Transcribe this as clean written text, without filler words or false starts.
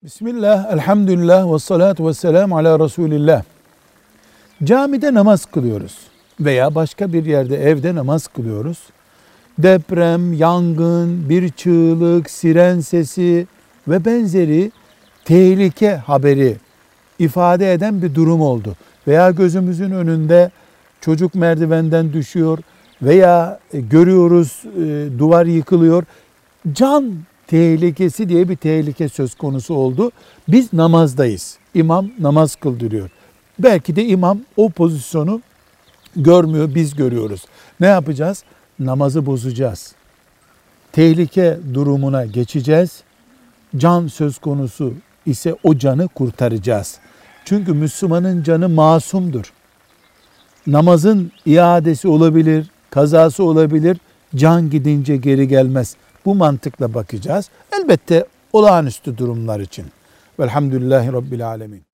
Bismillah, elhamdülillah, ve salatu ve selamu ala Resulillah. Camide namaz kılıyoruz veya başka bir yerde evde namaz kılıyoruz. Deprem, yangın, bir çığlık, siren sesi ve benzeri tehlike haberi ifade eden bir durum oldu. Veya gözümüzün önünde çocuk merdivenden düşüyor veya görüyoruz duvar yıkılıyor. Can tehlikesi diye bir tehlike söz konusu oldu. Biz namazdayız. İmam namaz kıldırıyor. Belki de imam o pozisyonu görmüyor, biz görüyoruz. Ne yapacağız? Namazı bozacağız. Tehlike durumuna geçeceğiz. Can söz konusu ise o canı kurtaracağız. Çünkü Müslümanın canı masumdur. Namazın iadesi olabilir, kazası olabilir. Can gidince geri gelmez. Bu mantıkla bakacağız. Elbette olağanüstü durumlar için. Velhamdülillahi Rabbil Alemin.